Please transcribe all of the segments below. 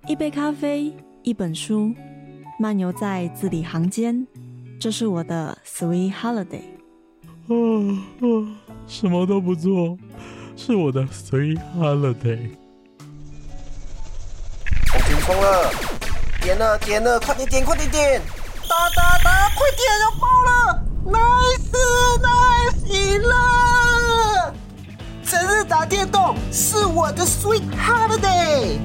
一杯咖啡，一本书，漫游在字里行间，这是我的 Sweet Holiday。 什么都不做，是我的 Sweet Holiday。 冲了，点了，快点，快打，快点，要爆了 ！Nice， 赢了！生日打电动是我的 Sweet Holiday。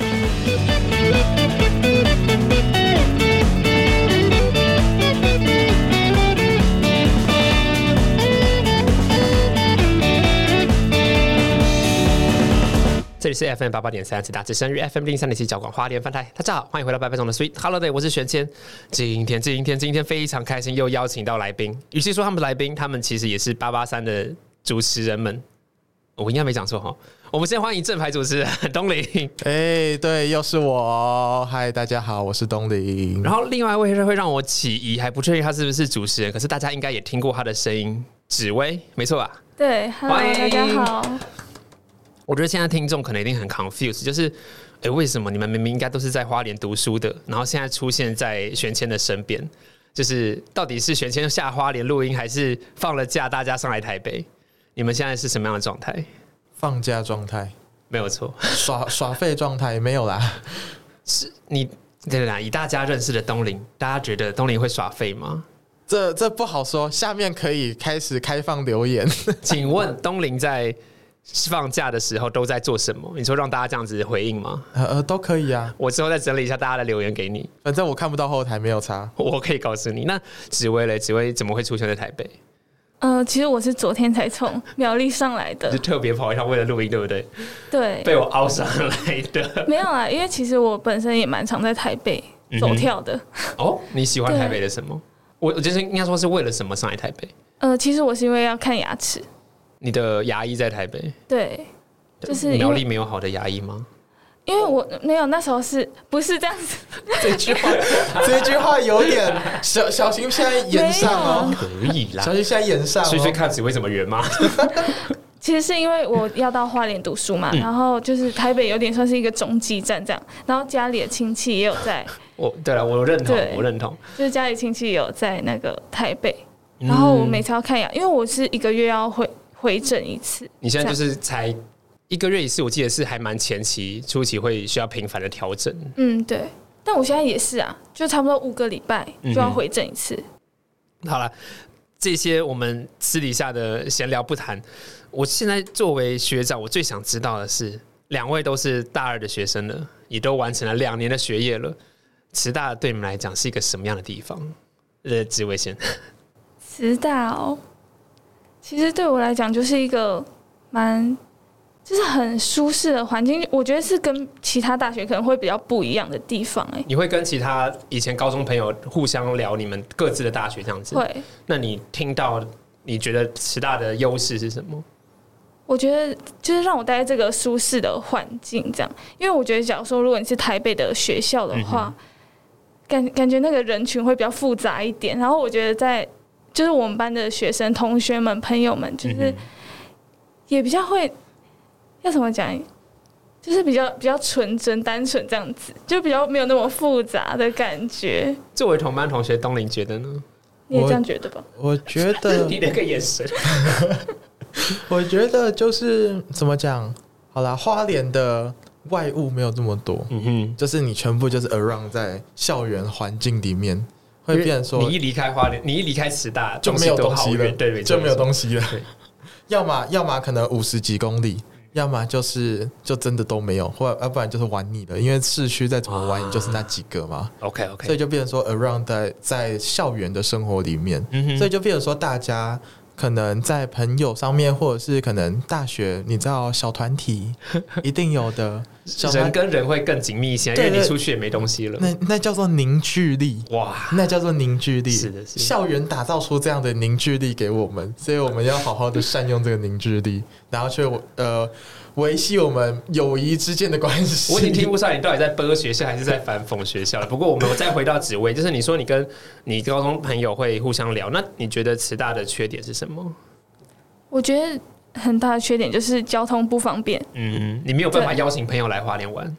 这里是 FM88.3 慈大之声与 FM03.7 角广花莲分台，大家好，欢迎回到白白总的 Sweet Holiday， 我是玄谦。今天非常开心，又邀请到来宾。与其说他们来宾，他们其实也是883的主持人们。我应该没讲错哈。我们先欢迎正牌主持人东林。 对，又是我。嗨，大家好，我是东林。 然后另外一位会让我起疑，还不确定他是不是主持人，可是大家应该也听过他的声音，紫薇，没错吧？ 对 ，Hello， 大家好。 我觉得现在听众可能一定很 confused， 就是，为什么你们明明应该都是在花莲读书的，然后现在出现在玄谦的身边？就是到底是玄谦下花莲录音，还是放了假大家上来台北？你们现在是什么样的状态？ 放假状态， 没有错。 耍废状态没有啦。 是你对啦，以大家认识的东林，大家觉得东林会耍废吗？ 这不好说，下面可以开始开放留言。 请问东林在放假的时候都在做什么？你说让大家这样子回应吗？ 都可以啊。 我之后再整理一下大家的留言给你。 反正我看不到后台，没有差。 我可以告诉你。那紫薇嘞？紫薇怎么会出现在台北？ 其实我是昨天才从苗栗上来的， 就特别跑一趟为了录音，对不对？ 对， 被我凹上来的。 没有啦，因为其实我本身也蛮常在台北走跳的。 哦，你喜欢台北的什么？我觉得应该说是为了什么上来台北？ 其实我是因为要看牙齿。 你的牙医在台北？ 对，就是苗栗没有好的牙医吗？ 因为我没有，那时候不是这样子。 这句话有点小心，现在演上哦。 可以啦， 小心现在演上哦。 所以看紫薇怎么圆吗？ 其实是因为我要到花莲读书嘛，然后就是台北有点算是一个中继站这样，然后家里的亲戚也有在。 对了，我认同， 就是家里亲戚也有在那个台北，然后我每次要看牙，因为我是1个月要回诊一次。 你现在就是才1个月一次，我记得是还蛮前期初期会需要频繁的调整。 对。但我现在也是啊，就差不多5个礼拜就要回诊一次。 好了，这些我们私底下的闲聊不谈。我现在作为学长，我最想知道的是，2位都是大2的学生了，也都完成了2年的学业了。慈大对你们来讲是一个什么样的地方？紫薇先。 慈大哦，其实对我来讲就是一个就是很舒适的环境，我觉得是跟其他大学可能会比较不一样的地方。 你会跟其他以前高中朋友互相聊你们各自的大学这样子？ 会。 那你听到，你觉得慈大的优势是什么？ 我觉得就是让我待在这个舒适的环境，这样，因为我觉得，假如说如果你是台北的学校的话，感觉那个人群会比较复杂一点。然后我觉得就是我们班的学生、同学们、朋友们，就是也比较会。要怎么讲？就是比较纯真、单纯这样子，就比较没有那么复杂的感觉。 作为同班同学，东林觉得呢？ 你也这样觉得吧？ 我觉得你那个眼神， 我觉得就是怎么讲？好啦，花莲的外物没有这么多，就是你全部就是 around 在校园环境里面，会变成说你一离开花莲，你一离开师大就没有东西了， 对， 就没有东西了。要么可能50几公里，要么就真的都没有，或要不然就是玩腻了，因为市区再怎么玩，就是那几个嘛。 OK， 所以就变成说 around 在校园的生活里面，所以就变成说大家可能在朋友上面，或者是可能大学，你知道小团体一定有的， 人跟人会更紧密一些，因为你出去也没东西了。 那叫做凝聚力， 哇， 那叫做凝聚力。 是的， 校园打造出这样的凝聚力给我们，所以我们要好好的善用这个凝聚力，然后去维系我们友谊之间的关系。 我已经听不出来你到底在播学校还是在反讽学校了。不过我们再回到紫薇，就是你说你跟你高中朋友会互相聊，那你觉得慈大的缺点是什么？ 我觉得很大的缺点就是交通不方便。 你没有办法邀请朋友来花莲玩。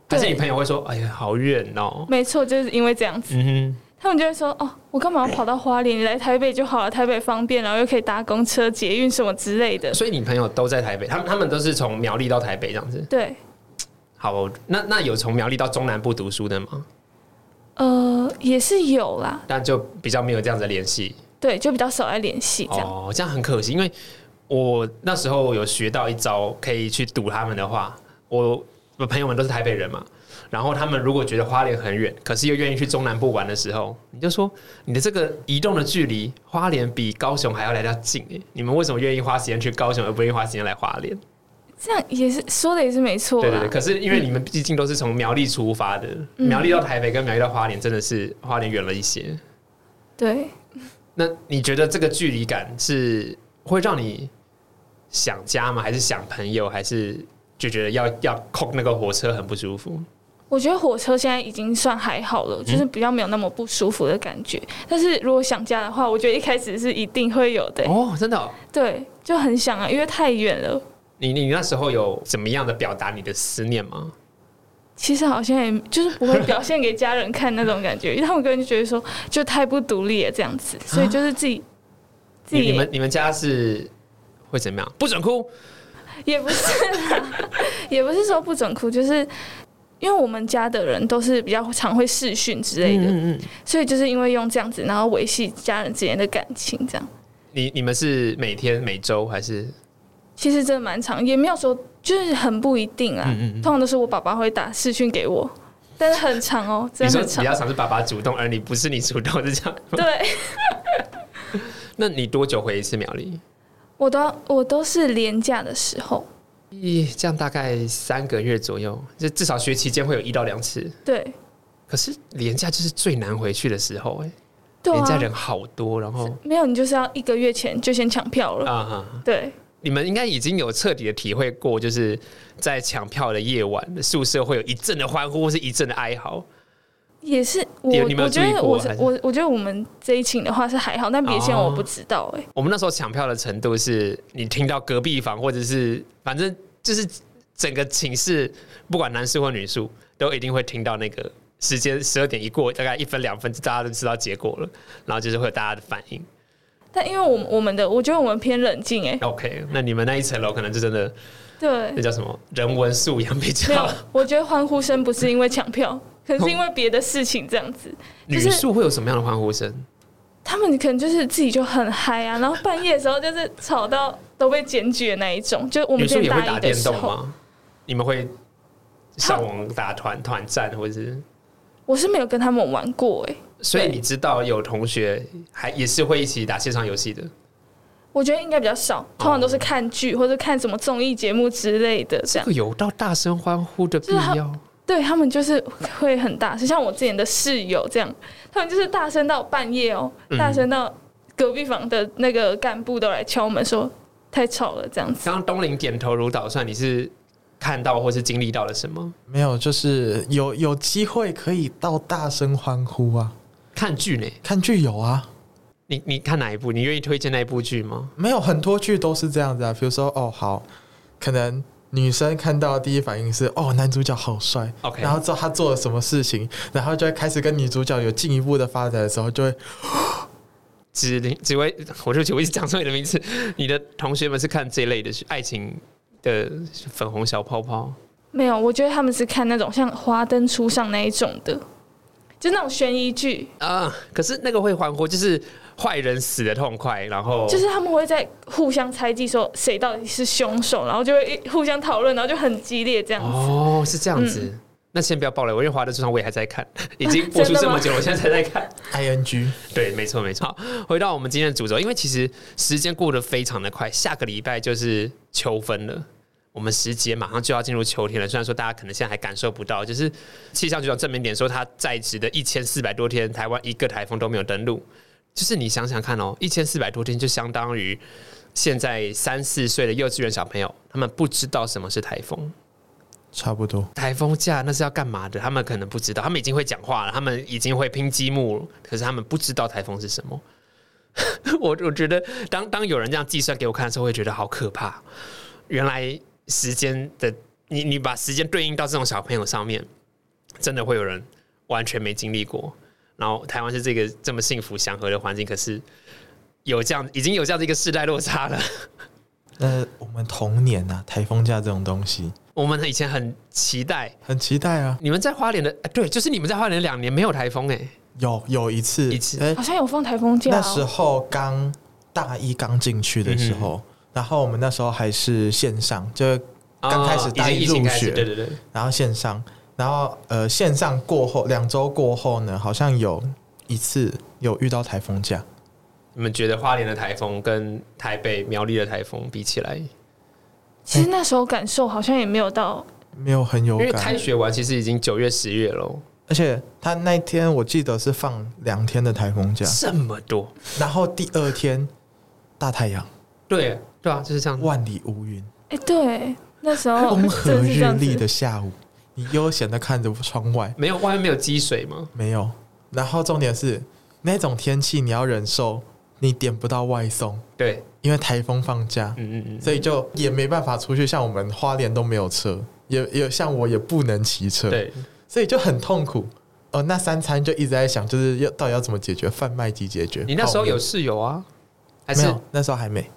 还是你朋友会说，哎呀，好远哦？ 没错，就是因为这样子。他们就会说：“哦，我干嘛要跑到花莲？你来台北就好了，台北方便，然后又可以搭公车、捷运什么之类的。” 所以你朋友都在台北，他们都是从苗栗到台北这样子。 对。 好，那有从苗栗到中南部读书的吗？ 也是有啦， 但就比较没有这样子的联系。 对，就比较少来联系这样。 哦，这样很可惜，因为我那时候有学到一招，可以去堵他们的话，我朋友们都是台北人嘛。然后他们如果觉得花莲很远，可是又愿意去中南部玩的时候，你就说你的这个移动的距离，花莲比高雄还要来得近哎，你们为什么愿意花时间去高雄，而不愿意花时间来花莲？ 这样也是说的也是没错啦。 对。可是因为你们毕竟都是从苗栗出发的，苗栗到台北跟苗栗到花莲真的是花莲远了一些。 对。 那你觉得这个距离感是会让你想家吗？还是想朋友？还是就觉得要扣那个火车很不舒服？ 我觉得火车现在已经算还好了，就是比较没有那么不舒服的感觉。但是如果想家的话，我觉得一开始是一定会有的。 哦，真的对，就很想啊，因为太远了。 你那时候有怎么样的表达你的思念吗？ 其实好像也就是不会表现给家人看那种感觉，因为他们个人就觉得说就太不独立了这样子，所以就是自己。 你们家是会怎么样？不准哭？ 也不是啦，也不是说不准哭，就是因为我们家的人都是比较常会视讯之类的，所以就是因为用这样子，然后维系家人之间的感情，这样。 你们是每天每周还是？ 其实真的蛮长，也没有说就是很不一定啊。通常都是我爸爸会打视讯给我，但是很长哦，真的很长。 你说比较常是爸爸主动，而你不是你主动，是这样？ 对。 那你多久回一次苗栗？ 我都是连假的时候。 这样大概3个月左右，就至少学期间会有1到2次。 对。 可是连假就是最难回去的时候， 对啊， 连假人好多，然后没有，你就是要1个月前就先抢票了啊！对。 你们应该已经有彻底的体会过，就是在抢票的夜晚，宿舍会有一阵的欢呼，或是一阵的哀嚎。 也是，我觉得我们这一群的话是还好，但别间我不知道我们那时候抢票的程度是，你听到隔壁房或者是反正就是整个寝室，不管男宿或女宿，都一定会听到那个时间12点一过，大概1分2分，大家都知道结果了，然后就是会有大家的反应。 但因为我觉得我们偏冷静 OK， 那你们那一层楼可能就真的对， 那叫什么人文素养比较。 没有，我觉得欢呼声不是因为抢票，可能是因为别的事情这样子。 女宿会有什么样的欢呼声？ 他们可能就是自己就很嗨啊，然后半夜的时候就是吵到都被检举的那一种。就我们之前大一的时候，女宿也会打电动吗？你们会上网打团战，或者是？我是没有跟他们玩过所以你知道有同学也是会一起打线上游戏的？我觉得应该比较少，通常都是看剧或者看什么综艺节目之类的。这样有到大声欢呼的必要？对，他们就是会很大声，像我之前的室友这样，他们就是大声到半夜大声到隔壁房的那个干部都来敲门说太吵了这样子。刚刚东林点头如捣蒜，你是看到或是经历到了什么？没有，就是有机会可以到大声欢呼啊。看剧呢？看剧有啊。你看哪一部？你愿意推荐那一部剧吗？没有，很多剧都是这样子啊。比如说好，可能女生看到的第一反应是男主角好帅， okay. 然后知道他做了什么事情，然后就会开始跟女主角有进一步的发展的时候，就会只会我一直讲错你的名字。你的同学们是看这一类的爱情的粉红小泡泡？没有，我觉得他们是看那种像《华灯初上》那一种的。就那种悬疑剧啊，可是那个会欢呼，就是坏人死的痛快，然后就是他们会在互相猜忌说谁到底是凶手，然后就会互相讨论，然后就很激烈这样子。是这样子。那先不要爆雷，因为《华灯初上》我也还在看，已经播出这么久，我现在才在看。ING 对，没错。好，回到我们今天的主轴，因为其实时间过得非常的快，下个礼拜就是秋分了。我们时节马上就要进入秋天了，虽然说大家可能现在还感受不到，就是气象局长正面点说，他在职的1400多天，台湾一个台风都没有登陆。就是你想想看1400多天就相当于现在3、4岁的幼稚园小朋友，他们不知道什么是台风，差不多。台风假那是要干嘛的？他们可能不知道，他们已经会讲话了，他们已经会拼积木了，可是他们不知道台风是什么。我觉得当有人这样计算给我看的时候，会觉得好可怕。原来时间的你把时间对应到这种小朋友上面，真的会有人完全没经历过。然后台湾是这个这么幸福祥和的环境，可是已经有这样的一个世代落差了。 我们童年啊，台风假这种东西， 我们以前很期待， 很期待啊。 你们在花莲的，对，就是你们在花莲2年没有台风哎， 有一次， 好像有放台风假、 那时候大一刚进去的时候，然后我们那时候还是线上，就刚开始大一入学， 对对对， 然后线上，然后线上过后2周过后呢，好像有一次有遇到台风假。 你们觉得花莲的台风跟台北苗栗的台风比起来， 其实那时候感受好像也没有很有感， 因为开学完其实已经9月10月了， 而且他那一天我记得是放2天的台风假， 这么多， 然后第2天大太阳， 对啊，就是这样， 万里无云。 对，那时候风和日丽的下午，你悠闲的看着窗外， 外面没有积水吗？ 没有。然后重点是那种天气你要忍受，你点不到外送， 对， 因为台风放假，所以就也没办法出去。像我们花莲都没有车，也像我也不能骑车， 对， 所以就很痛苦。那3餐就一直在想，就是到底要怎么解决，贩卖机解决。 你那时候有室友啊？还是没有？那时候还没。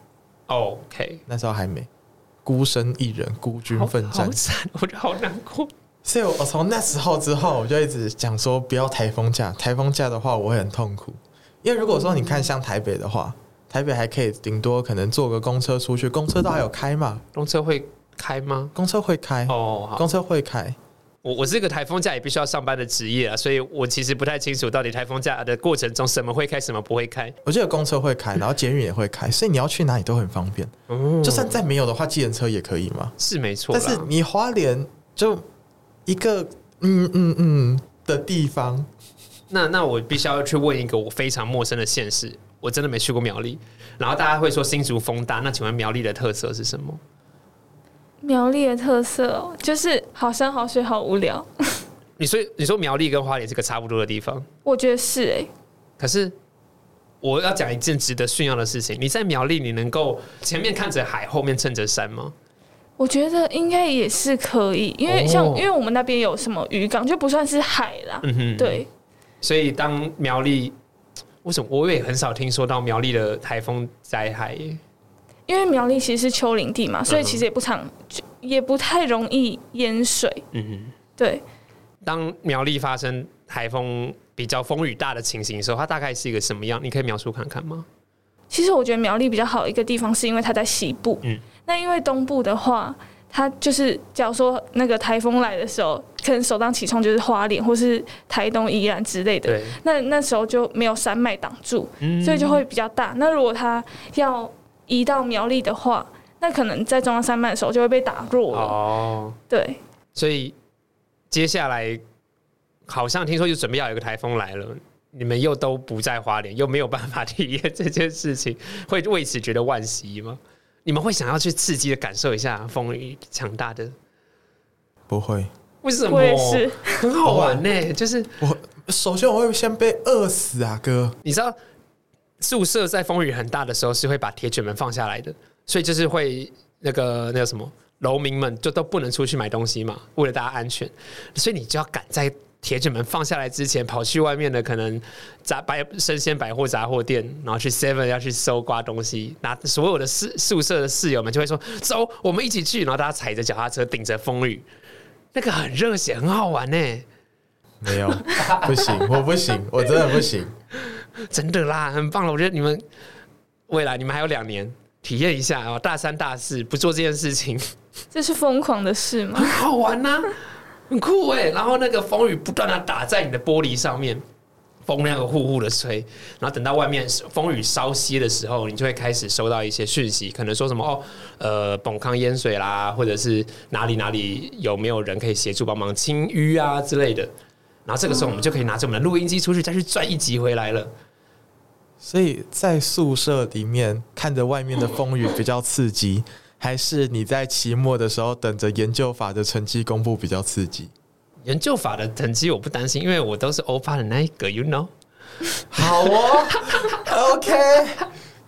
OK， 那时候还没。孤身一人，孤军奋战， 好惨，我觉得好难过。 所以我从那时候之后，我就一直讲说不要台风假。台风假的话，我会很痛苦。因为如果说你看像台北的话，台北还可以顶多可能坐个公车出去，公车都还有开嘛。 公车会开吗？ 公车会开好， 公车会开。 我是个台风假也必须要上班的职业啊，所以我其实不太清楚到底台风假的过程中什么会开，什么不会开。 我记得公车会开，然后捷运也会开，所以你要去哪里都很方便。就算再没有的话，计程车也可以嘛。 是没错， 但是你花莲就一个的地方。 那我必须要去问一个我非常陌生的县市，我真的没去过苗栗。然后大家会说新竹风大，那请问苗栗的特色是什么？ 苗栗的特色就是好山好水好无聊。 你说苗栗跟花莲是个差不多的地方， 我觉得是可是我要讲一件值得炫耀的事情，你在苗栗你能够前面看着海，后面衬着山吗？ 我觉得应该也是可以，因为因为我们那边有什么渔港，就不算是海啦。对。 所以当苗栗，为什么我也很少听说到苗栗的台风灾害耶？ 因为苗栗其实是丘陵地嘛，所以其实也不太容易淹水。对。 当苗栗发生台风比较风雨大的情形的时候，它大概是一个什么样？你可以描述看看吗？ 其实我觉得苗栗比较好的一个地方，是因为它在西部。那因为东部的话，它就是假如说那个台风来的时候，可能首当其冲就是花莲或是台东宜兰之类的。那时候就没有山脉挡住，所以就会比较大。那如果它要移到苗栗的话，那可能在中央山脉的时候就会被打弱了。对。 所以接下来好像听说就准备要有一个台风来了，你们又都不在花莲，又没有办法体验这件事情，会为此觉得惋惜吗？你们会想要去刺激的感受一下风雨强大的？ 不会。 为什么？ 我也是。 很好玩呢，就是首先我会先被饿死啊，哥！ 你知道宿舍在风雨很大的时候是会把铁卷门放下来的，所以就是会那个什么楼民们就都不能出去买东西嘛，为了大家安全，所以你就要赶在铁卷门放下来之前，跑去外面的可能生鲜百货杂货店，然后去 Seven 要去搜刮东西，那所有的宿舍的室友们就会说：“走，我们一起去。”然后大家踩着脚踏车，顶着风雨，那个很热血，很好玩呢。 没有，不行，我不行，我真的不行， 真的啦，很棒了。我觉得你们未来你们还有2年体验一下大3、大4不做这件事情， 这是疯狂的事吗？ 很好玩啊。很酷哎，然后那个风雨不断的打在你的玻璃上面，风那个呼呼的吹，然后等到外面风雨稍歇的时候，你就会开始收到一些讯息，可能说什么崩康淹水啦，或者是哪里有没有人可以协助帮忙清淤啊之类的，然后这个时候我们就可以拿着我们的录音机出去再去赚1集回来了。 所以在宿舍里面看着外面的风雨比较刺激。还是你在期末的时候等着研究法的成绩公布比较刺激？ 研究法的成绩我不担心，因为我都是欧巴的那一个 ，you know。 好哦，OK，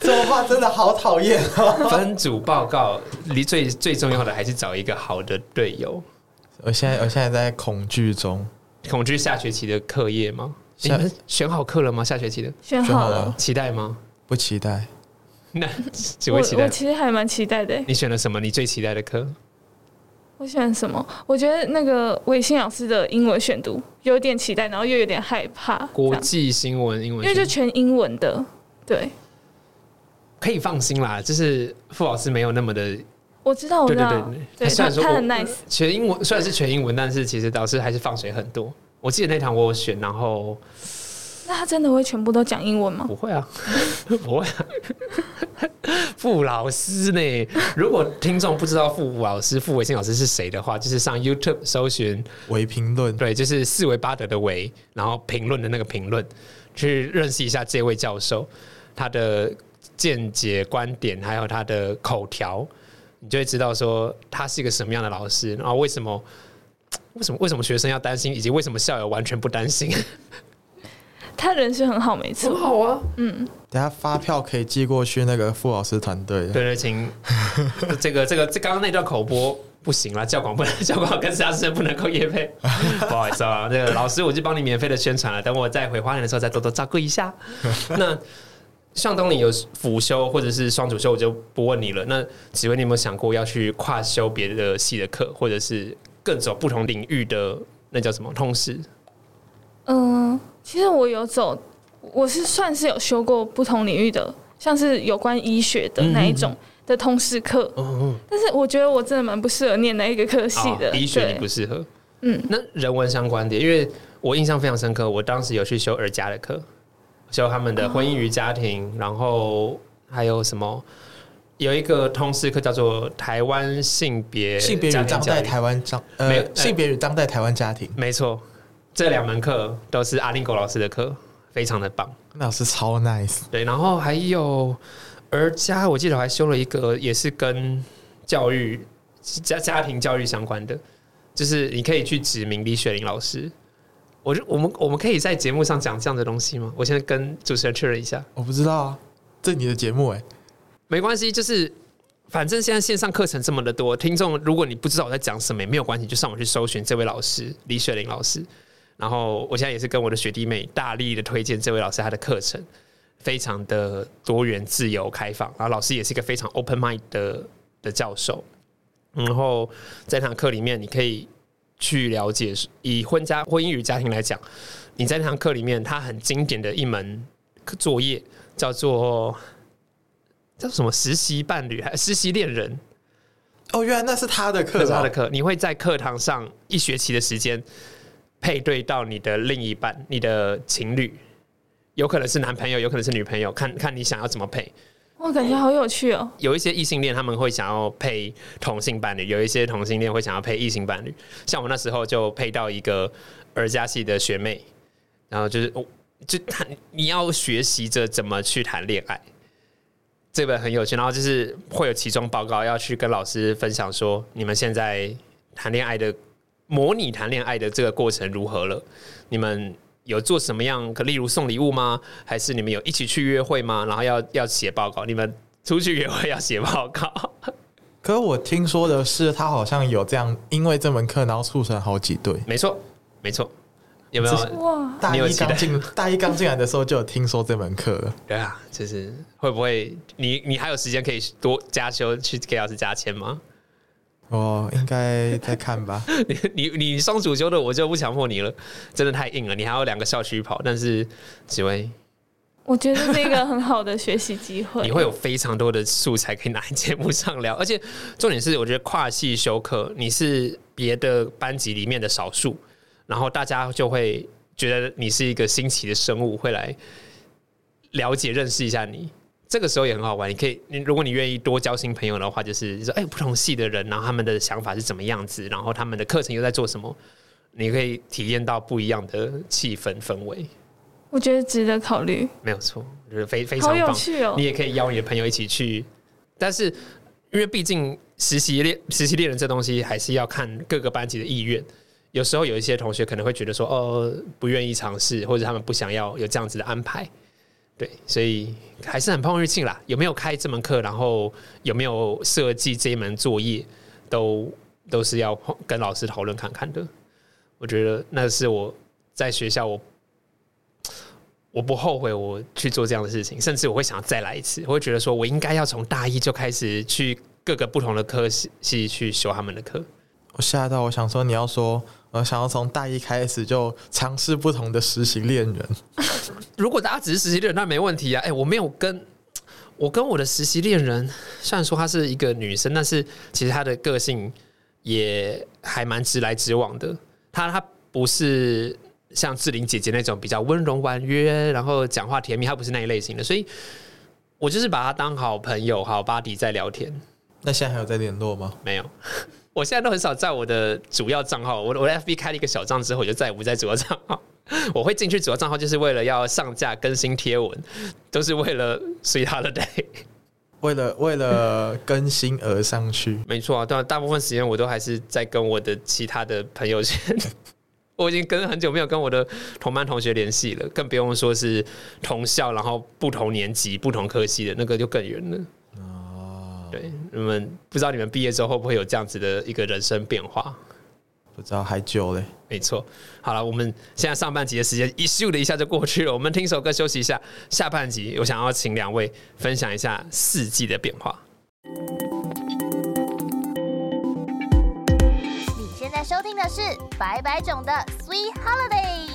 这种话真的好讨厌哦。 分组报告离最重要的还是找一个好的队友。 我现在在恐惧中。 恐惧下学期的课业吗？你们选好课了吗？下学期的选好了， 期待吗？ 不期待。 那只会期待。 我其实还蛮期待的。 你选了什么？你最期待的课？ 我选什么？我觉得那个韦信老师的英文选读有点期待，然后又有点害怕。 国际新闻英文， 因为就全英文的，对， 可以放心啦。就是傅老师没有那么的， 我知道， 对，他很 nice。 全英文虽然是全英文，但是其实老师还是放水很多。我记得那堂我有选，然后那他真的会全部都讲英文吗？ 不会啊，不会啊。傅老师呢？如果听众不知道傅伟信老师是谁的话，就是上 YouTube 搜寻伪评论， 对，就是四维八德的维，然后评论的那个评论，去认识一下这位教授，他的见解、观点，还有他的口条，你就会知道说他是一个什么样的老师，然后为什么学生要担心，以及为什么校友完全不担心。 他人是很好，没错， 很好啊。 等下发票可以寄过去那个傅老师团队。 对，请这刚刚那段口播不行了，教广跟其他师生不能够业配，不好意思啊。那个老师，我就帮你免费的宣传了，等我再回花莲的时候再多多照顾一下。那像当你有辅修或者是双主修，我就不问你了。那只问你有没有想过要去跨修别的系的课，或者是更走不同领域的那叫什么通识？ 其实我有走，我是算是有修过不同领域的，像是有关医学的那一种的通识课。但是我觉得我真的蛮不适合念那一个科系的。 医学你不适合。那人文相关的，因为我印象非常深刻，我当时有去修儿家的课，修他们的婚姻与家庭，然后还有什么？有一个通识课叫做台湾性别与当代台湾性别与当代台湾家庭， 没错。这2门课都是阿林狗老师的课，非常的棒， 那老师超 nice。 对，然后还有儿家，我记得我还修了一个，也是跟教育家庭教育相关的，就是你可以去指名李雪玲老师。我们可以在节目上讲这样的东西吗？我现在跟主持人确认一下。 我不知道啊，这是你的节目哎。 没关系，就是反正现在线上课程这么的多，听众如果你不知道我在讲什么也没有关系，就上网去搜寻这位老师李雪玲老师。然后我现在也是跟我的学弟妹大力的推荐这位老师，他的课程非常的多元、自由、开放。然后老师也是一个非常 open mind 的教授。然后在那堂课里面，你可以去了解，以婚姻与家庭来讲，你在那堂课里面，它很经典的一门作业叫做什么实习伴侣还实习恋人。 哦，原来那是他的课， 那是他的课。你会在课堂上1学期的时间配对到你的另一半，你的情侣，有可能是男朋友，有可能是女朋友，看你想要怎么配。 我感觉好有趣哦。 有一些异性恋他们会想要配同性伴侣，有一些同性恋会想要配异性伴侣。像我那时候就配到一个儿家系的学妹，然后你要学习着怎么去谈恋爱。这本很有趣，然后就是会有期中报告要去跟老师分享说，你们现在模拟谈恋爱的这个过程如何了？你们有做什么样？例如送礼物吗？还是你们有一起去约会吗？然后要写报告，你们出去约会要写报告。 可是我听说的是，他好像有这样，因为这门课然后促成好几对。 没错，没错。有没有？ 哇！ 大一刚进来的时候就有听说这门课了。 对啊，就是会不会你还有时间可以多加修去给老师加签吗？ 哦，应该再看吧。 你双主修的我就不强迫你了，真的太硬了。你还有2个校区跑，但是紫薇， 我觉得是一个很好的学习机会。 你会有非常多的素材可以拿在节目上聊，而且重点是，我觉得跨系修课你是别的班级里面的少数。然后大家就会觉得你是一个新奇的生物，会来了解认识一下你。这个时候也很好玩，如果你愿意多交新朋友的话，就是说，不同系的人，然后他们的想法是怎么样子，然后他们的课程又在做什么，你可以体验到不一样的气氛氛围。 我觉得值得考虑， 没有错，我觉得非常棒。 好有趣哦！ 你也可以邀你的朋友一起去，但是因为毕竟实习猎人这东西还是要看各个班级的意愿。有时候有一些同学可能会觉得说，不愿意尝试，或者他们不想要有这样子的安排。 对，所以还是很碰运气啦。有没有开这门课，然后有没有设计这一门作业，都是要跟老师讨论看看的。我觉得那是我在学校我不后悔我去做这样的事情，甚至我会想要再来一次。我会觉得说我应该要从大一就开始去各个不同的科系去修他们的课。 我吓到，我想说你要说我想要从大一开始就尝试不同的实习恋人。 如果大家只是实习恋人，那没问题啊。我没有跟我的实习恋人，虽然说她是一个女生，但是其实她的个性也还蛮直来直往的。她不是像志玲姐姐那种比较温柔婉约，然后讲话甜蜜，她不是那一类型的，所以我就是把她当好朋友、好buddy在聊天。 那现在还有在联络吗？ 没有。我现在都很少在我的主要账号，我的 FB 开了一个小账之后，我就再也不在主要账号。我会进去主要账号，就是为了要上架更新贴文，都是为了 Sweet Holiday， 为了更新而上去。 没错啊，大部分时间我都还是在跟我的其他的朋友圈。我已经很久没有跟我的同班同学联系了，更不用说是同校，然后不同年级、不同科系的那个就更远了。对，你们不知道你们毕业之后会不会有这样子的一个人生变化？ 不知道，还久嘞。 没错，好了，我们现在上半集的时间一咻的一下就过去了，我们听首歌休息一下。下半集我想要请2位分享一下四季的变化。 你现在收听的是百百种的 Sweet Holiday。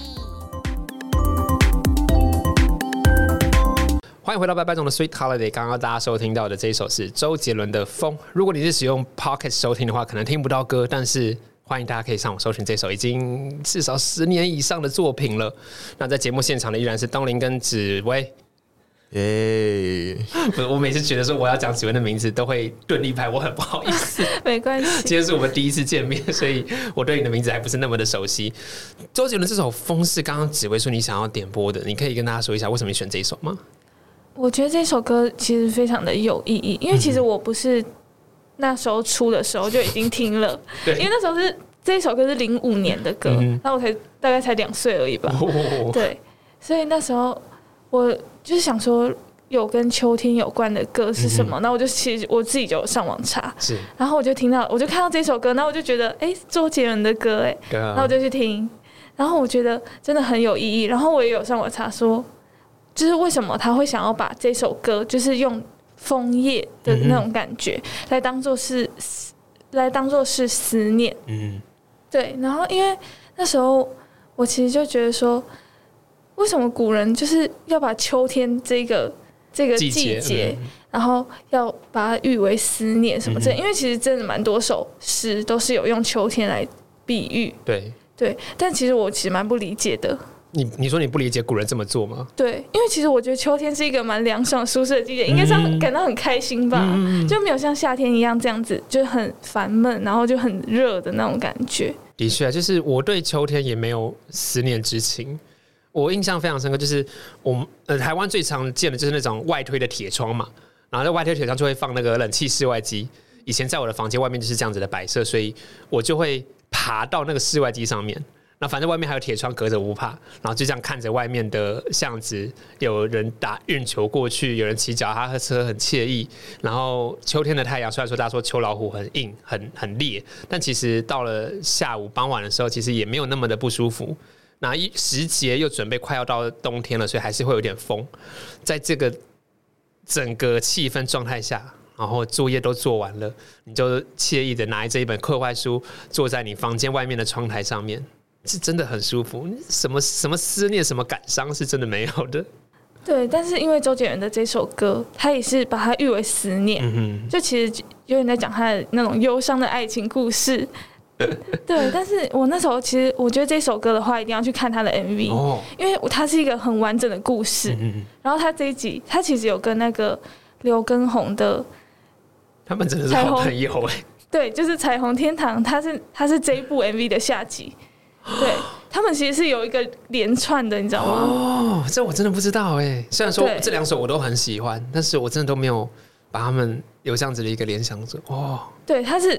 欢迎回到百百种的 Sweet Holiday。刚刚大家收听到的这一首是周杰伦的《风》。如果你是使用 Pocket 收听的话，可能听不到歌，但是欢迎大家可以上网搜寻这首已经至少10年以上的作品了。那在节目现场的依然是东林跟紫薇。 耶！ 我每次觉得说我要讲紫薇的名字都会顿一拍，我很不好意思。 没关系， 今天是我们第一次见面，所以我对你的名字还不是那么的熟悉。周杰伦这首《风》是刚刚紫薇说你想要点播的，你可以跟大家说一下为什么你选这一首吗？ 我觉得这首歌其实非常的有意义，因为其实我不是那时候出的时候就已经听了，因为那时候这一首歌是05年的歌，然后我大概才2岁而已吧，对，所以那时候我就是想说有跟秋天有关的歌是什么，那我就其实我自己就上网查，然后我就看到这首歌，然后我就觉得周杰伦的歌然后我就去听，然后我觉得真的很有意义，然后我也有上网查说，就是为什么他会想要把这首歌就是用枫叶的那种感觉来当作是思念，对，然后因为那时候我其实就觉得说，为什么古人就是要把秋天这个季节，然后要把它誉为思念什么之类，因为其实真的蛮多首诗都是有用秋天来比喻，对，但其实我蛮不理解的。 你说你不理解古人这么做吗？ 对，因为其实我觉得秋天是一个蛮凉爽舒适的季节，应该是感到很开心吧，就没有像夏天一样这样子就很烦闷，然后就很热的那种感觉。 的确，就是我对秋天也没有思念之情。我印象非常深刻，就是台湾最常见的就是那种外推的铁窗嘛，然后在外推铁窗就会放那个冷气室外机。以前在我的房间外面就是这样子的摆设，所以我就会爬到那个室外机上面。那反正外面还有铁窗隔着，我不怕，然后就这样看着外面的巷子，有人打运球过去，有人骑脚踏车，很惬意。然后秋天的太阳，虽然说大家说秋老虎很硬、很烈，但其实到了下午傍晚的时候，其实也没有那么的不舒服。那时节又准备快要到冬天了，所以还是会有点风。在这个整个气氛状态下，然后作业都做完了，你就惬意的拿着一本课外书，坐在你房间外面的窗台上面。是真的很舒服，什么思念、什么感伤是真的没有的。 对，但是因为周杰伦的这首歌，他也是把它誉为思念，就其实有点在讲他的那种忧伤的爱情故事。对，但是我那时候其实我觉得这首歌的话，一定要去看他的 MV，因为它是一个很完整的故事。然后他这一集，他其实有跟那个刘畊宏的， 他们真的是好朋友对，就是彩虹天堂，他是这一部 MV 的下集。对，他们其实是有一个连串的，你知道吗？ 这我真的不知道虽然说这2首我都很喜欢，但是我真的都没有把他们有这样子的一个联想者。 对，他是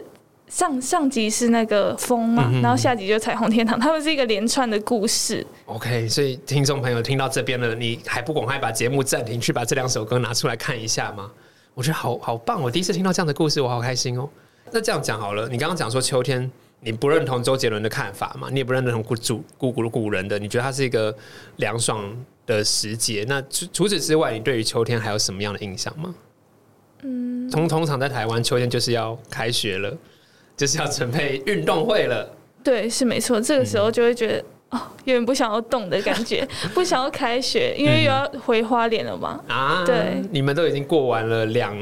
上集是那个风嘛，然后下集就彩虹天堂，他们是一个连串的故事。 OK， 所以听众朋友听到这边了，你还不赶快把节目暂停，去把这2首歌拿出来看一下吗？我觉得好棒，我第一次听到这样的故事，我好开心哦。那这样讲好了，你刚刚讲说秋天你不认同周杰伦的看法嘛，你也不认同古人的，你觉得它是一个凉爽的时节。那除此之外，你对于秋天还有什么样的印象吗？通常在台湾，秋天就是要开学了，就是要准备运动会了。 对，是没错。这个时候就会觉得有点不想要动的感觉，不想要开学，因为又要回花莲了嘛。对， 你们都已经过完了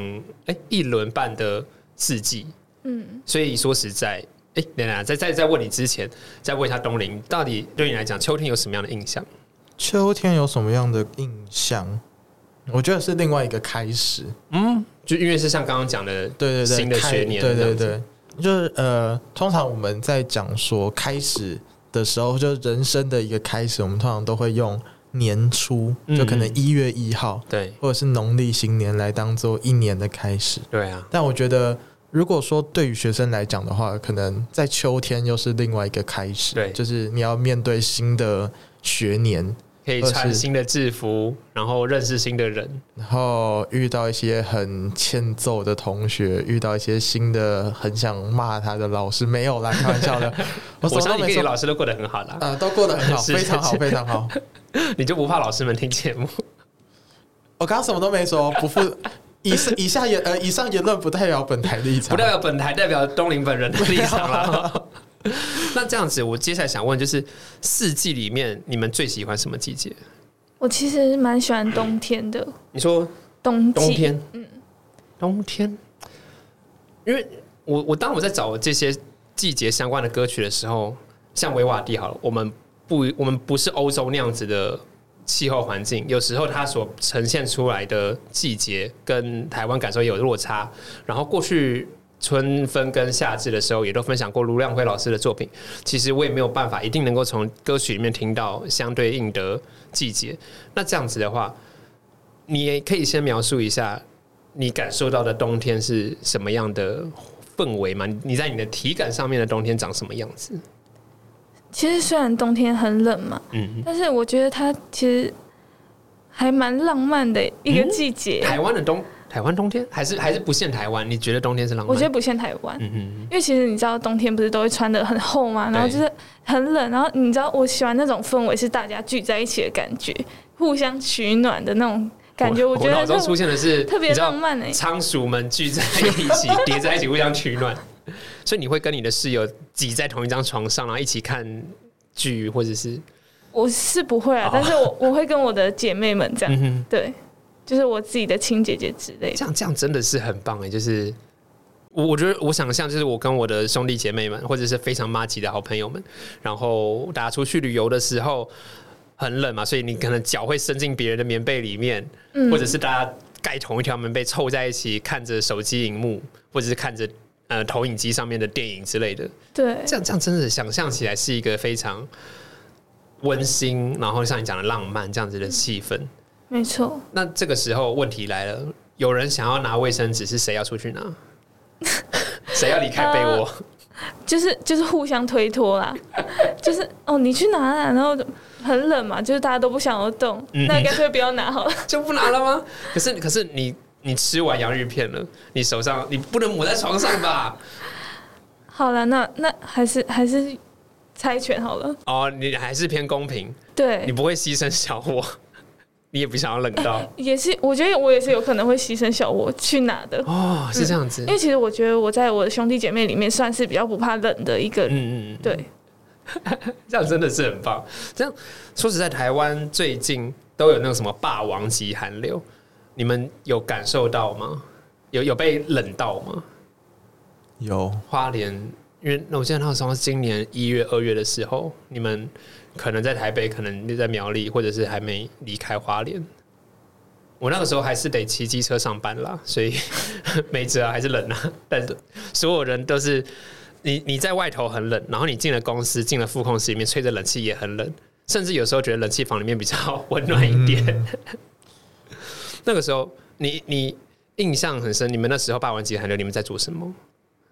1轮半的四季，所以说实在，在问你之前，再问一下东林，到底对你来讲，秋天有什么样的印象？ 秋天有什么样的印象？我觉得是另外一个开始， 就因为是像刚刚讲的，对新的学年， 对，就是通常我们在讲说开始的时候，就人生的一个开始，我们通常都会用年初，就可能1月1号， 对， 或者是农历新年来当做一年的开始， 对啊。 但我觉得，如果说对于学生来讲的话，可能在秋天又是另外一个开始， 对， 就是你要面对新的学年。 可以穿新的制服，然后认识新的人， 然后遇到一些很欠揍的同学，遇到一些新的很想骂他的老师，没有啦，开玩笑的。 我相信你跟你老师都过得很好啦， 都过得很好，非常好，非常好。 你就不怕老师们听节目？ 我刚刚什么都没说，不负以上言论不代表本台立场， 不代表本台，代表东林本人的立场啦。那这样子，我接下来想问，就是四季里面，你们最喜欢什么季节？ 我其实蛮喜欢冬天的。 你说冬天，冬天，因为当我在找这些季节相关的歌曲的时候，像维瓦蒂好了，我们不是欧洲那样子的气候环境，有时候它所呈现出来的季节跟台湾感受也有落差。然后过去春分跟夏至的时候，也都分享过卢亮辉老师的作品。其实我也没有办法一定能够从歌曲里面听到相对应的季节。那这样子的话，你也可以先描述一下你感受到的冬天是什么样的氛围吗？你在你的体感上面的冬天长什么样子？ 其实虽然冬天很冷嘛，但是我觉得它其实还蛮浪漫的一个季节。 台湾冬天还是不限台湾？你觉得冬天是浪漫？ 我觉得不限台湾，因为其实你知道冬天不是都会穿得很厚嘛，然后就是很冷，然后你知道我喜欢那种氛围是大家聚在一起的感觉，互相取暖的那种感觉。我觉得我脑中出现的是特别浪漫欸， 仓鼠们聚在一起，叠在一起互相取暖。所以你会跟你的室友挤在同一张床上，然后一起看剧，或者是？我是不会啊，但是我会跟我的姐妹们这样，对。就是我自己的亲姐姐之类的， 这样真的是很棒哎！就是我觉得我想象，就是我跟我的兄弟姐妹们，或者是非常麻吉的好朋友们，然后大家出去旅游的时候很冷嘛，所以你可能脚会伸进别人的棉被里面，或者是大家盖同一条棉被凑在一起，看着手机荧幕，或者是看着投影机上面的电影之类的。 对， 这样真的想象起来是一个非常温馨，然后像你讲的浪漫这样子的气氛。 没错。 那这个时候问题来了，有人想要拿卫生纸，是谁要出去拿？谁要离开被窝？ 就是互相推脱啦，就是你去拿啦，然后很冷嘛，就是大家都不想要动，那干脆不要拿好了， 就不拿了吗？可是你吃完洋芋片了，你手上你不能抹在床上吧？ 好了，那还是猜拳好了。 你还是偏公平， 对， 你不会牺牲小我。你也不想要冷到， 也是，我觉得我也是有可能会牺牲小我去拿的。 是这样子。 因为其实我觉得我在我的兄弟姐妹里面算是比较不怕冷的一个人。对， 这样真的是很棒。这样说实在，台湾最近都有那种什么霸王级寒流，你们有感受到吗？有被冷到吗？ 有。 花莲，因为我记得那时候是今年1月、2月的时候，你们可能在台北，可能在苗栗，或者是还没离开花莲。我那个时候还是得骑机车上班啦，所以没辙啊，还是冷啊。但是所有人都是你在外头很冷，然后你进了公司，进了副控室里面，吹着冷气也很冷，甚至有时候觉得冷气房里面比较温暖一点。那个时候你印象很深，你们那时候霸王级寒流，你们在做什么？ 那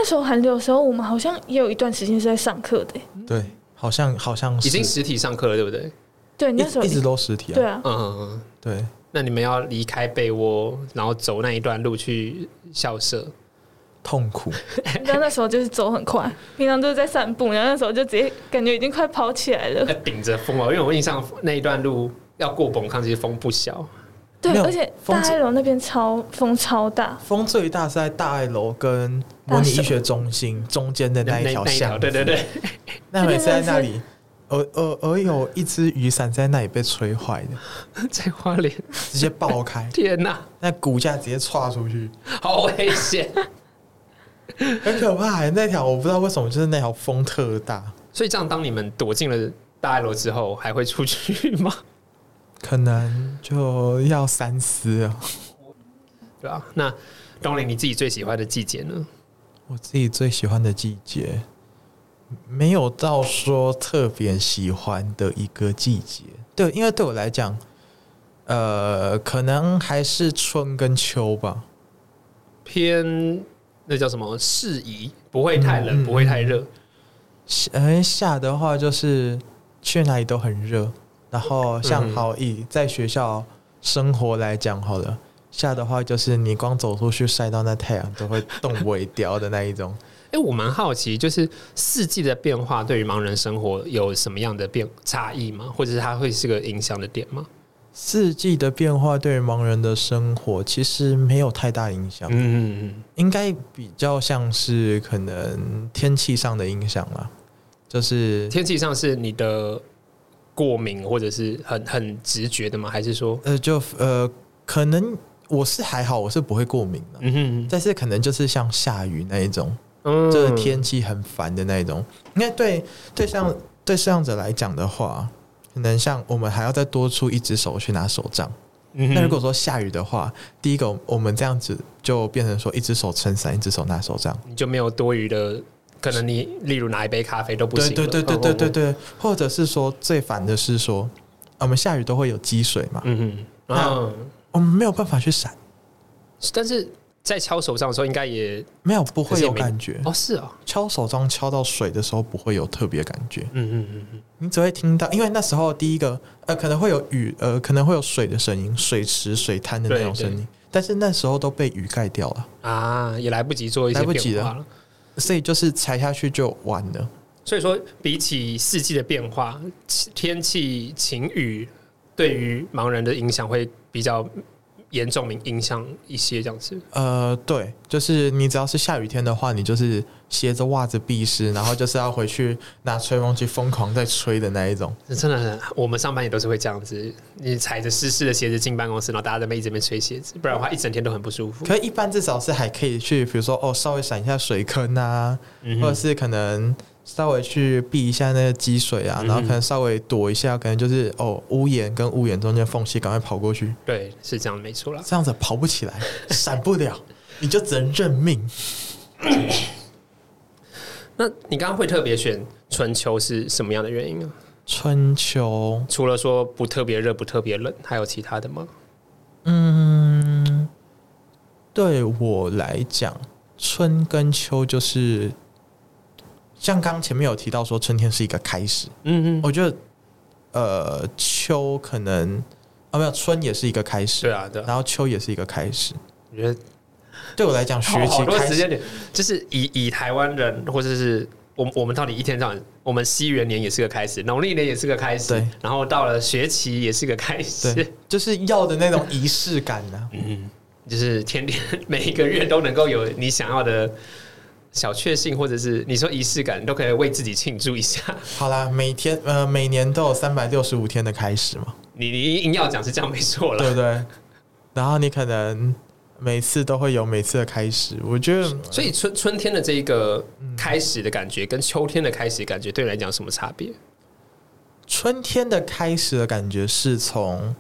那时候寒流的时候，我们好像也有一段时间是在上课的。 对，好像是已经实体上课了，对不对？ 对，那时候一直都实体啊。 对啊， 对。 那你们要离开被窝，然后走那一段路去校舍， 痛苦。 然后那时候就是走很快，平常都是在散步，然后那时候就直接感觉已经快跑起来了。 顶着风哦，因为我印象那一段路要过崩康，其实风不小。 对，而且大爱楼那边风超大， 风最大是在大爱楼跟模拟医学中心中间的那一条巷子。 对对对， 那每次在那里。而有一只雨伞在那里被吹坏的， 在花莲直接爆开， 天哪！ 那骨架直接岔出去， 好危险， 很可怕。那条我不知道为什么，就是那条风特大。 所以这样，当你们躲进了大爱楼之后，还会出去吗？ 可能就要三思了， 对啊。那东林，你自己最喜欢的季节呢？ 我自己最喜欢的季节。没有到说特别喜欢的一个季节，对，因为对我来讲，可能还是春跟秋吧， 偏那叫什么适宜，不会太冷，不会太热。 夏的话就是去哪里都很热，然后像好以在学校生活来讲好了，夏的话就是你光走出去晒到那太阳都会冻尾掉的那一种。 我蛮好奇，就是四季的变化对于盲人生活有什么样的差异吗？或者是它会是个影响的点吗？ 四季的变化对于盲人的生活其实没有太大影响，应该比较像是可能天气上的影响啦，就是天气上是你的过敏或者是很直觉的吗？还是说可能我是还好，我是不会过敏的，但是可能就是像下雨那一种。就是天气很烦的那一种，因为对摄像者来讲的话，可能像我们还要再多出一只手去拿手杖。那如果说下雨的话，第一个我们这样子就变成说一只手撑伞，一只手拿手杖， 你就没有多余的，可能你例如拿一杯咖啡都不行了。 对，或者是说最烦的是说，我们下雨都会有积水嘛，我们没有办法去闪， 但是。在敲手杖的时候，应该也没有不会有感觉哦，是啊， 敲手杖敲到水的时候不会有特别感觉，你只会听到，因为那时候第一个可能会有雨，可能会有水的声音，水池、水滩的那种声音，但是那时候都被雨盖掉了啊，也来不及做一些变化了， 所以就是踩下去就完了。 所以说，比起四季的变化，天气晴雨对于盲人的影响会比较。严重影响一些这样子， 对，就是你只要是下雨天的话，你就是鞋子袜子必湿，然后就是要回去拿吹风机疯狂在吹的那一种。 真的，我们上班也都是会这样子，你踩着湿湿的鞋子进办公室，然后大家在那边一直吹鞋子，不然的话一整天都很不舒服。 可一般至少是还可以去，比如说稍微闪一下水坑啊，或者是可能。稍微去避一下那个积水啊，然后可能稍微躲一下，可能就是屋檐跟屋檐中间缝隙，赶快跑过去。 对，是这样，没错啦。 这样子跑不起来，闪不了，你就只能认命。 那你刚刚会特别选春秋是什么样的原因啊？ 春秋除了说不特别热、不特别冷，还有其他的吗？ 对我来讲，春跟秋就是。像刚刚前面有提到说春天是一个开始，我觉得秋可能没有春也是一个开始， 对啊， 然后秋也是一个开始。 我觉得对我来讲，学期好多时间点，就是以台湾人或者是我们到底一天到晚，我们西元年也是个开始，农历年也是个开始， 对， 然后到了学期也是个开始， 对，就是要的那种仪式感呢， 就是天天每一个月都能够有你想要的。小确幸，或者是你说仪式感，都可以为自己庆祝一下。 好啦，每年都有365天的开始嘛。 你硬要讲是这样没错了， 对不对？然后你可能每次都会有每次的开始，我觉得。 所以春天的这一个开始的感觉，跟秋天的开始的感觉，对你来讲有什么差别？ 春天的开始的感觉是从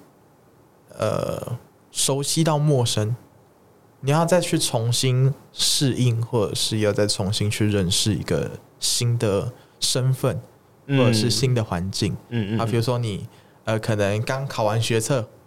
熟悉到陌生。你要再去重新适应，或者是要再重新去认识一个新的身份，或者是新的环境。比如说你可能刚考完学测，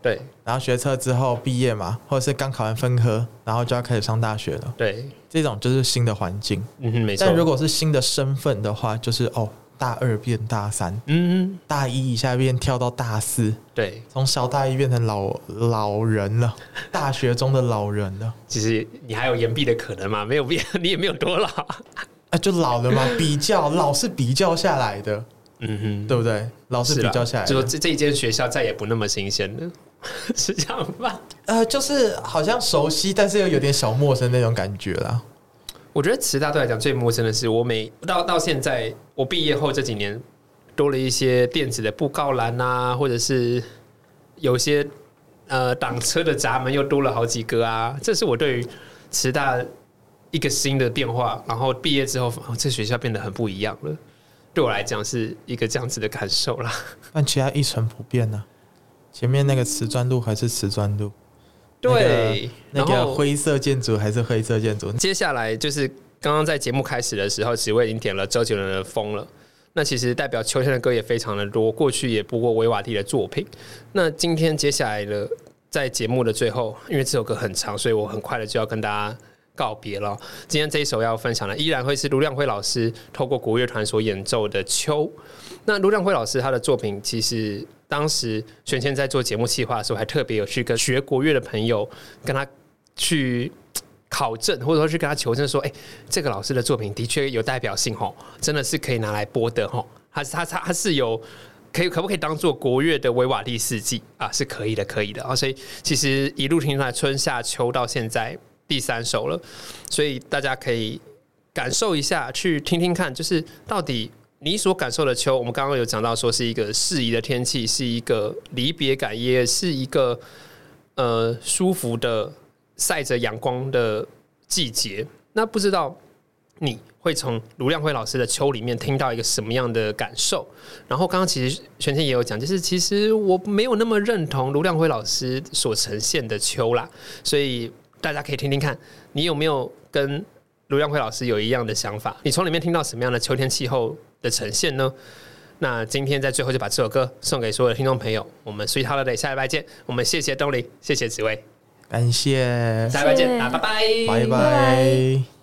对， 然后学测之后毕业嘛，或者是刚考完分科，然后就要开始上大学了。 对， 这种就是新的环境。 没错。 但如果是新的身份的话，就是大2变大3，大1一下变跳到大4， 对， 从小大1变成老人了，大学中的老人了。 其实你还有延毕的可能嘛？没有变，你也没有多老就老了嘛。比较老是比较下来的，对不对？老是比较下来的， 就说这一间学校再也不那么新鲜了，是这样吧？ 就是好像熟悉，但是又有点小陌生那种感觉啦。 我觉得慈大对来讲最陌生的是，我到现在，我毕业后这几年多了一些电子的布告栏啊，或者是有些挡车的闸门又多了好几个啊，这是我对于慈大一个新的变化。然后毕业之后，这学校变得很不一样了，对我来讲是一个这样子的感受啦。 但其他一成不变呢、前面那个瓷砖路还是瓷砖路。 对， 那个灰色建筑还是灰色建筑。 接下来就是刚刚在节目开始的时候，紫薇已经点了周杰伦的《风》了。那其实代表秋天的歌也非常的多，过去也播过维瓦蒂的作品。那今天接下来的在节目的最后，因为这首歌很长，所以我很快的就要跟大家告别了。今天这一首要分享的依然会是卢亮辉老师透过国乐团所演奏的《秋》。那卢亮辉老师他的作品，其实当时玄谦在做节目企划的时候，还特别有去跟学国乐的朋友跟他去考证，或者说去跟他求证说，这个老师的作品的确有代表性吼，真的是可以拿来播的吼，他是有可不可以当做国乐的维瓦蒂四季啊？是可以的，可以的啊。所以其实一路听出来，春夏秋到现在第3首了，所以大家可以感受一下，去听听看，就是到底你所感受的秋，我们刚刚有讲到说是一个适宜的天气，是一个离别感，也是一个舒服的晒着阳光的季节。那不知道你会从卢亮辉老师的秋里面听到一个什么样的感受？然后刚刚其实玄谦也有讲，就是其实我没有那么认同卢亮辉老师所呈现的秋啦，所以大家可以听听看，你有没有跟卢亮辉老师有一样的想法？你从里面听到什么样的秋天气候的呈现呢？那今天在最后就把这首歌送给所有的听众朋友。我们 Sweet Holiday 下礼拜见。我们谢谢东林，谢谢紫薇， 感谢， 下礼拜见，拜拜， 拜拜。